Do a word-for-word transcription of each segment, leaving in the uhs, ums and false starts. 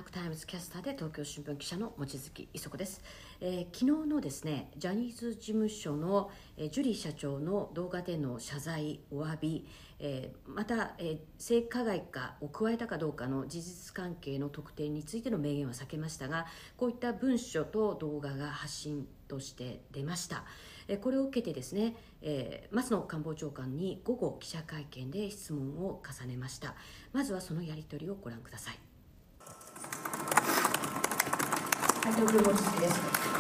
ークタイムズキャスターで東京新聞記者の望月磯子です。えー、昨日のですねジャニーズ事務所の、えー、ジュリー社長の動画での謝罪お詫び、えー、また、えー、性加害かを加えたかどうかの事実関係の特定についての明言は避けましたが、こういった文書と動画が発信として出ました。えー、これを受けてですね、えー、松野官房長官に午後記者会見で質問を重ねました。まずはそのやり取りをご覧ください。はい、東京望月です。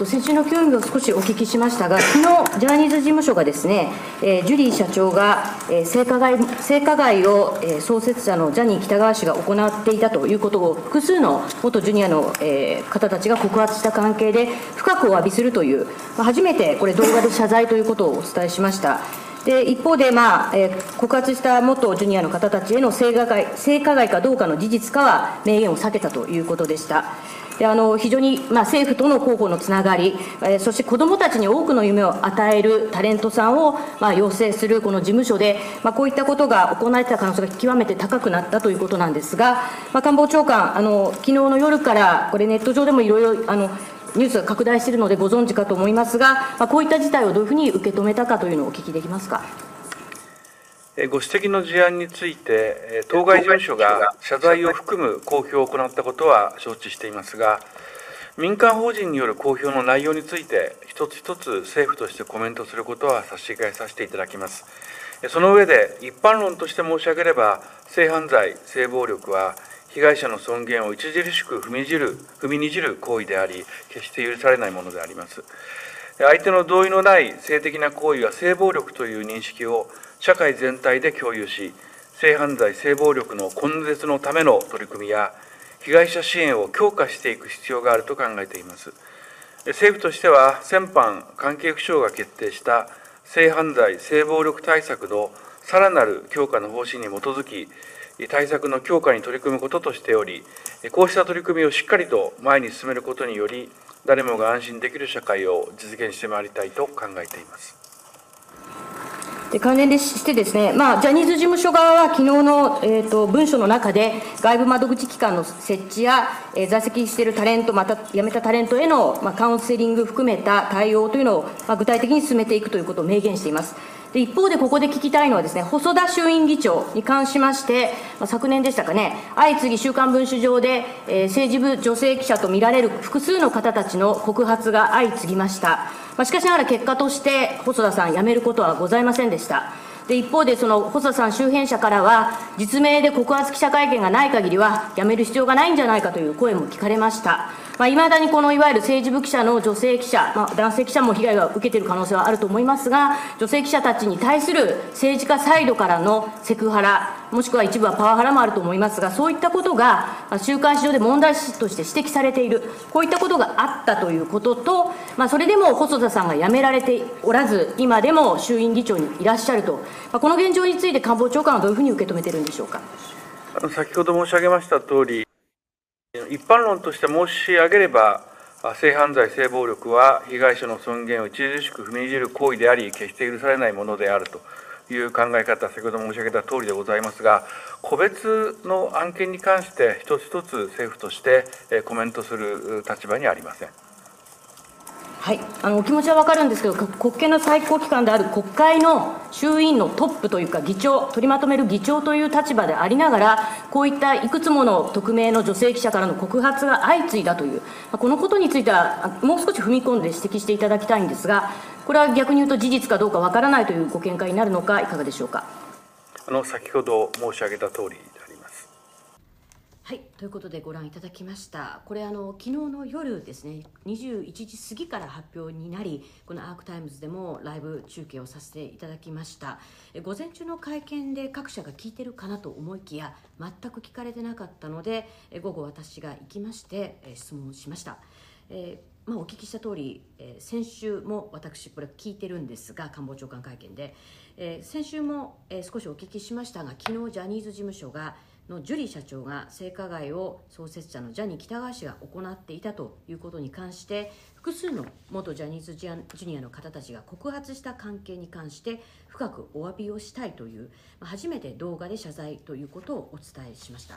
先週の協議を少しお聞きしましたが、昨日ジャニーズ事務所がですね、えー、ジュリー社長が、えー、性加害性加害を、えー、創設者のジャニー喜多川氏が行っていたということを複数の元ジュニアの、えー、方たちが告発した関係で深くお詫びするという、まあ、初めてこれ動画で謝罪ということをお伝えしました。で一方で、まあえー、告発した元ジュニアの方たちへの性加害、性加害かどうかの事実かは明言を避けたということでした。であの非常に、まあ、政府との広報のつながり、えー、そして子どもたちに多くの夢を与えるタレントさんを、まあ、養成するこの事務所で、まあ、こういったことが行われていた可能性が極めて高くなったということなんですが、まあ、官房長官、あの昨日の夜から、これ、ネット上でもいろいろあのニュースが拡大しているのでご存知かと思いますが、まあ、こういった事態をどういうふうに受け止めたかというのをお聞きできますか。 ご指摘の事案について、当該事務所が謝罪を含む公表を行ったことは承知していますが、民間法人による公表の内容について、一つ一つ政府としてコメントすることは差し控えさせていただきます。その上で、一般論として申し上げれば、性犯罪、性暴力は、被害者の尊厳を著しく踏みにじる、踏みにじる行為であり、決して許されないものであります。相手の同意のない性的な行為は性暴力という認識を社会全体で共有し、性犯罪、性暴力の根絶のための取り組みや、被害者支援を強化していく必要があると考えています。政府としては、先般、関係府省が決定した性犯罪、性暴力対策のさらなる強化の方針に基づき、対策の強化に取り組むこととしており、こうした取り組みをしっかりと前に進めることにより、誰もが安心できる社会を実現してまいりたいと考えています。 で関連でしてですね、まあ、ジャニーズ事務所側は昨日の、えー、と文書の中で、外部窓口機関の設置や、えー、在籍しているタレント、また辞めたタレントへの、まあ、カウンセリング含めた対応というのを、まあ、具体的に進めていくということを明言しています。で一方で、ここで聞きたいのはですね、細田衆院議長に関しまして、まあ、昨年でしたかね、相次ぎ週刊文春上で、えー、政治部女性記者と見られる複数の方たちの告発が相次ぎました。まあ、しかしながら結果として、細田さん、辞めることはございませんでした。で一方で、その細田さん周辺者からは、実名で告発記者会見がない限りは、辞める必要がないんじゃないかという声も聞かれました。まあ、いまだにこのいわゆる政治部記者の女性記者、まあ、男性記者も被害を受けている可能性はあると思いますが、女性記者たちに対する政治家サイドからのセクハラ、もしくは一部はパワハラもあると思いますが、そういったことが週刊誌上で問題視として指摘されている、こういったことがあったということと、まあ、それでも細田さんが辞められておらず、今でも衆院議長にいらっしゃると、まあ、この現状について官房長官はどういうふうに受け止めているんでしょうか。 先ほど申し上げましたとおり、一般論として申し上げれば、性犯罪、性暴力は被害者の尊厳を著しく踏みにじる行為であり、決して許されないものであるという考え方、先ほど申し上げたとおりでございますが、個別の案件に関して、一つ一つ政府としてコメントする立場にありません。 はい、あのお気持ちは分かるんですけど、国権の最高機関である国会の衆院のトップというか、議長、取りまとめる議長という立場でありながら、こういったいくつもの匿名の女性記者からの告発が相次いだという、このことについては、もう少し踏み込んで指摘していただきたいんですが、これは逆に言うと、事実かどうか分からないというご見解になるのか、いかがでしょうか。 あの先ほど申し上げたとおりであります。 はい、ということでご覧いただきました。これあの昨日の夜ですね、にじゅういちじ過ぎから発表になり、このアークタイムズでもライブ中継をさせていただきました。え午前中の会見で各社が聞いてるかなと思いきや、全く聞かれてなかったので、え午後私が行きましてえ質問しました。えーまあ、お聞きした通り、えー、先週も私これ聞いてるんですが、官房長官会見で、えー、先週も、えー、少しお聞きしましたが、昨日ジャニーズ事務所がのジュリー社長が性加害を創設者のジャニー喜多川氏が行っていたということに関して、複数の元ジャニーズジュニアの方たちが告発した関係に関して深くお詫びをしたいという、初めて動画で謝罪ということをお伝えしました。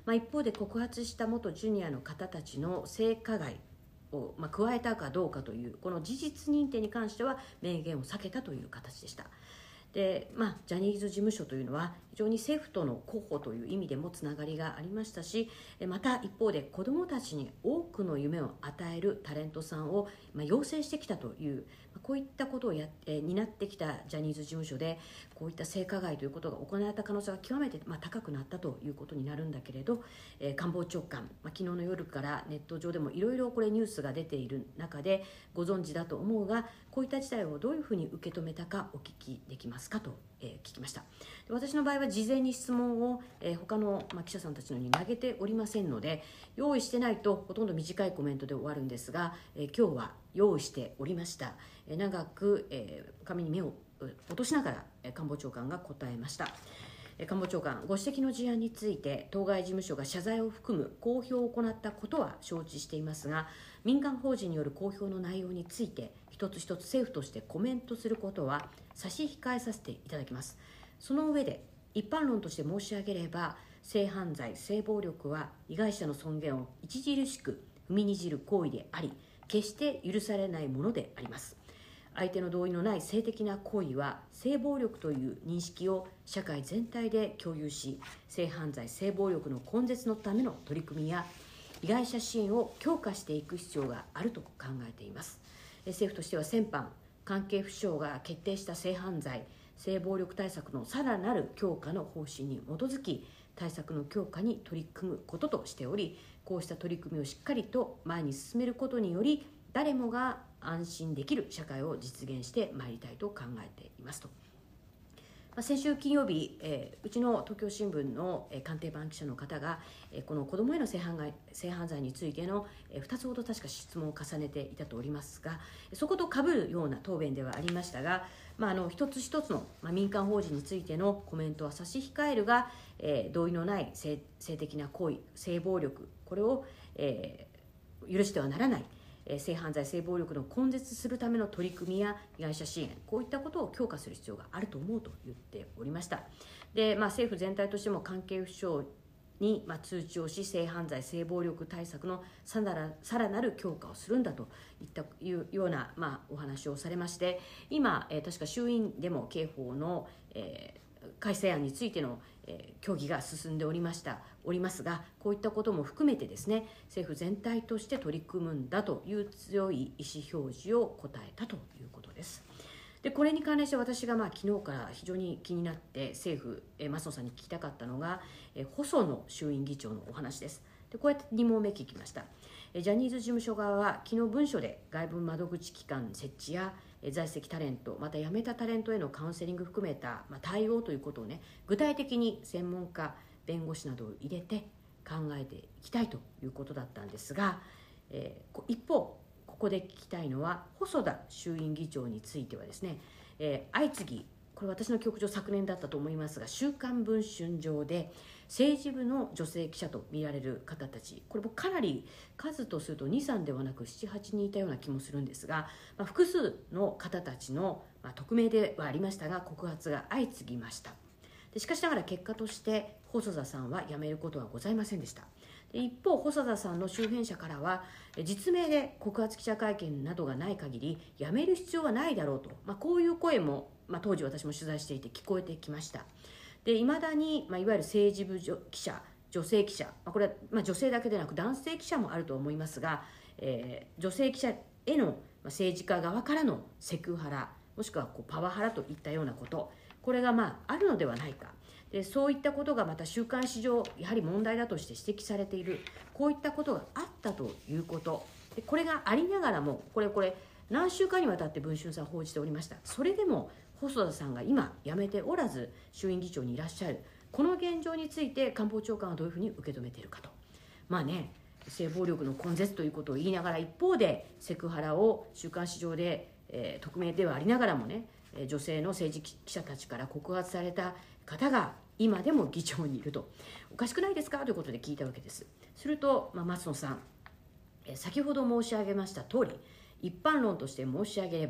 まあ、一方で告発した元ジュニアの方たちの性加害を、まあ、加えたかどうかというこの事実認定に関しては明言を避けたという形でした。でまあ、ジャニーズ事務所というのは非常に政府との広報という意味でもつながりがありましたし、また一方で子どもたちに多くの夢を与えるタレントさんを、まあ、養成してきたというこういったことをや、えー、担ってきたジャニーズ事務所でこういった性加害ということが行われた可能性が極めて、まあ、高くなったということになるんだけれど、えー、官房長官、まあ、昨日の夜からネット上でもいろいろこれニュースが出ている中でご存知だと思うが、こういった事態をどういうふうに受け止めたかお聞きできますかと、えー、聞きました。で私の場合は事前に質問を、えー、他の、まあ、記者さんたちのに投げておりませんので、用意してないとほとんど短いコメントで終わるんですが、えー、今日は用意しておりました。えー、長く、えー、紙に目を落としながら、えー、官房長官が答えました。官房長官、ご指摘の事案について当該事務所が謝罪を含む公表を行ったことは承知していますが、民間法人による公表の内容について一つ一つ政府としてコメントすることは差し控えさせていただきます。その上で一般論として申し上げれば、性犯罪性暴力は被害者の尊厳を著しく踏みにじる行為であり、決して許されないものであります。相手の同意のない性的な行為は性暴力という認識を社会全体で共有し、性犯罪性暴力の根絶のための取り組みや被害者支援を強化していく必要があると考えています。政府としては先般、関係府省が決定した性犯罪性暴力対策のさらなる強化の方針に基づき、対策の強化に取り組むこととしており、こうした取り組みをしっかりと前に進めることにより、誰もが安心できる社会を実現してまいりたいと考えていますと。まあ、先週金曜日、えー、うちの東京新聞の、えー、官邸版記者の方が、えー、この子どもへの性犯罪、性犯罪についての、えー、ふたつほど確か質問を重ねていたとおりますが、そこと被るような答弁ではありましたが、まあ、あの一つ一つの、まあ、民間法人についてのコメントは差し控えるが、えー、同意のない 性, 性的な行為性暴力、これを、えー、許してはならない、性犯罪性暴力の根絶するための取り組みや被害者支援、こういったことを強化する必要があると思うと言っておりました。で、まあ、政府全体としても関係府省に、まあ、通知をし、性犯罪性暴力対策のさらなる、さらなる強化をするんだといったいうような、まあ、お話をされまして、今、えー、確か衆院でも刑法の、えー改正案についての、えー、協議が進んでおりましたおりますが、こういったことも含めてですね、政府全体として取り組むんだという強い意思表示を答えたということです。でこれに関連して私がまあ昨日から非常に気になって政府、えー、松野さんに聞きたかったのが、えー、細野衆院議長のお話です。でこうやってに問目聞きました。ジャニーズ事務所側は昨日文書で外部窓口機関設置や在籍タレント、また辞めたタレントへのカウンセリング含めた、まあ、対応ということをね、具体的に専門家弁護士などを入れて考えていきたいということだったんですが、えー、一方ここで聞きたいのは細田衆院議長についてはですね、えー、相次ぎこれ私の記憶上昨年だったと思いますが、週刊文春上で政治部の女性記者と見られる方たち、これもかなり数とするとに、さんではなくなな、はちにんいたような気もするんですが、まあ、複数の方たちの、まあ、匿名ではありましたが告発が相次ぎました。でしかしながら結果として細田さんは辞めることはございませんでした。で一方細田さんの周辺者からは、実名で告発記者会見などがない限り辞める必要はないだろうと、まあ、こういう声も、まあ、当時私も取材していて聞こえてきました。で未だに、まあ、いわゆる政治部記者女性記者、まあ、これは、まあ、女性だけでなく男性記者もあると思いますが、えー、女性記者への政治家側からのセクハラ、もしくはこうパワハラといったようなこと、これがまああるのではないか。でそういったことがまた週刊誌上やはり問題だとして指摘されている、こういったことがあったということ、でこれがありながらもこれこれ何週間にわたって文春さん報じておりました。それでも細田さんが今辞めておらず衆院議長にいらっしゃる、この現状について官房長官はどういうふうに受け止めているかと。まあね、性暴力の根絶ということを言いながら、一方でセクハラを週刊誌上で、えー、匿名ではありながらもね、女性の政治記者たちから告発された方が今でも議長にいると、おかしくないですかということで聞いたわけです。すると、まあ、松野さん、え先ほど申し上げました通り、一般論として申し上げれば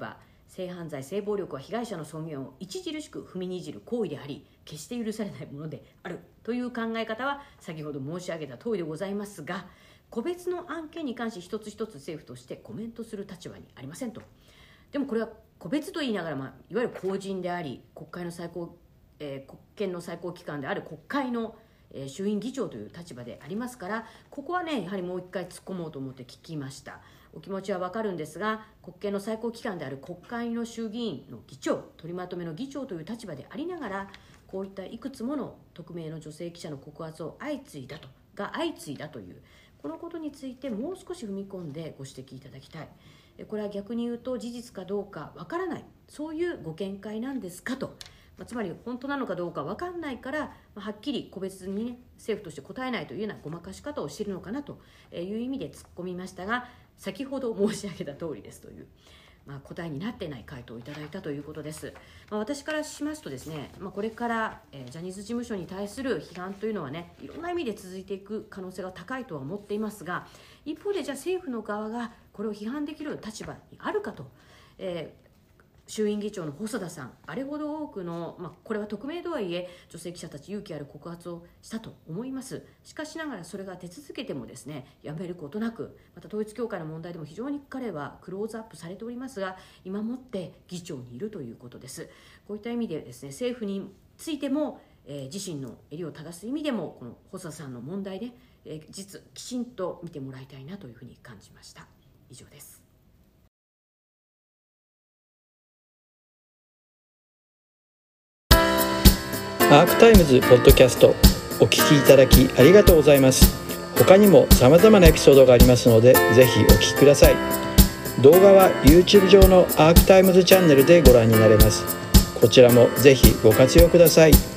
性犯罪性暴力は被害者の尊厳を著しく踏みにじる行為であり、決して許されないものであるという考え方は先ほど申し上げた通りでございますが、個別の案件に関して一つ一つ政府としてコメントする立場にありませんと。でもこれは個別と言いながら、まあ、いわゆる公人であり国会の最高、えー、国権の最高機関である国会の、えー、衆院議長という立場でありますから、ここはねやはりもう一回突っ込もうと思って聞きました。お気持ちはわかるんですが、国権の最高機関である国会の衆議院の議長、取りまとめの議長という立場でありながら、こういったいくつもの匿名の女性記者の告発を相次いだとが相次いだというこのことについてもう少し踏み込んでご指摘いただきたい。これは逆に言うと事実かどうかわからない、そういうご見解なんですかと、まあ、つまり本当なのかどうかわかんないから、まあ、はっきり個別に、ね、政府として答えないというようなごまかし方をしているのかなという意味で突っ込みましたが、先ほど申し上げた通りですという、まあ、答えになってない回答をいただいたということです。まあ、私からしますとですね、まあ、これから、えー、ジャニーズ事務所に対する批判というのはね、いろんな意味で続いていく可能性が高いとは思っていますが、一方でじゃあ政府の側がこれを批判できる立場にあるかと、えー衆院議長の細田さん、あれほど多くの、まあ、これは匿名とはいえ女性記者たち勇気ある告発をしたと思います。しかしながらそれが出続けてもですね、やめることなく、また統一教会の問題でも非常に彼はクローズアップされておりますが、今もって議長にいるということです。こういった意味でですね、政府についても、えー、自身の襟を正す意味でもこの細田さんの問題で、えー、実きちんと見てもらいたいなというふうに感じました。以上です。 アークタイムズポッドキャストお聞きいただきありがとうございます。他にも様々なエピソードがありますので、ぜひお聞きください。動画は YouTube 上のアークタイムズチャンネルでご覧になれます。こちらもぜひご活用ください。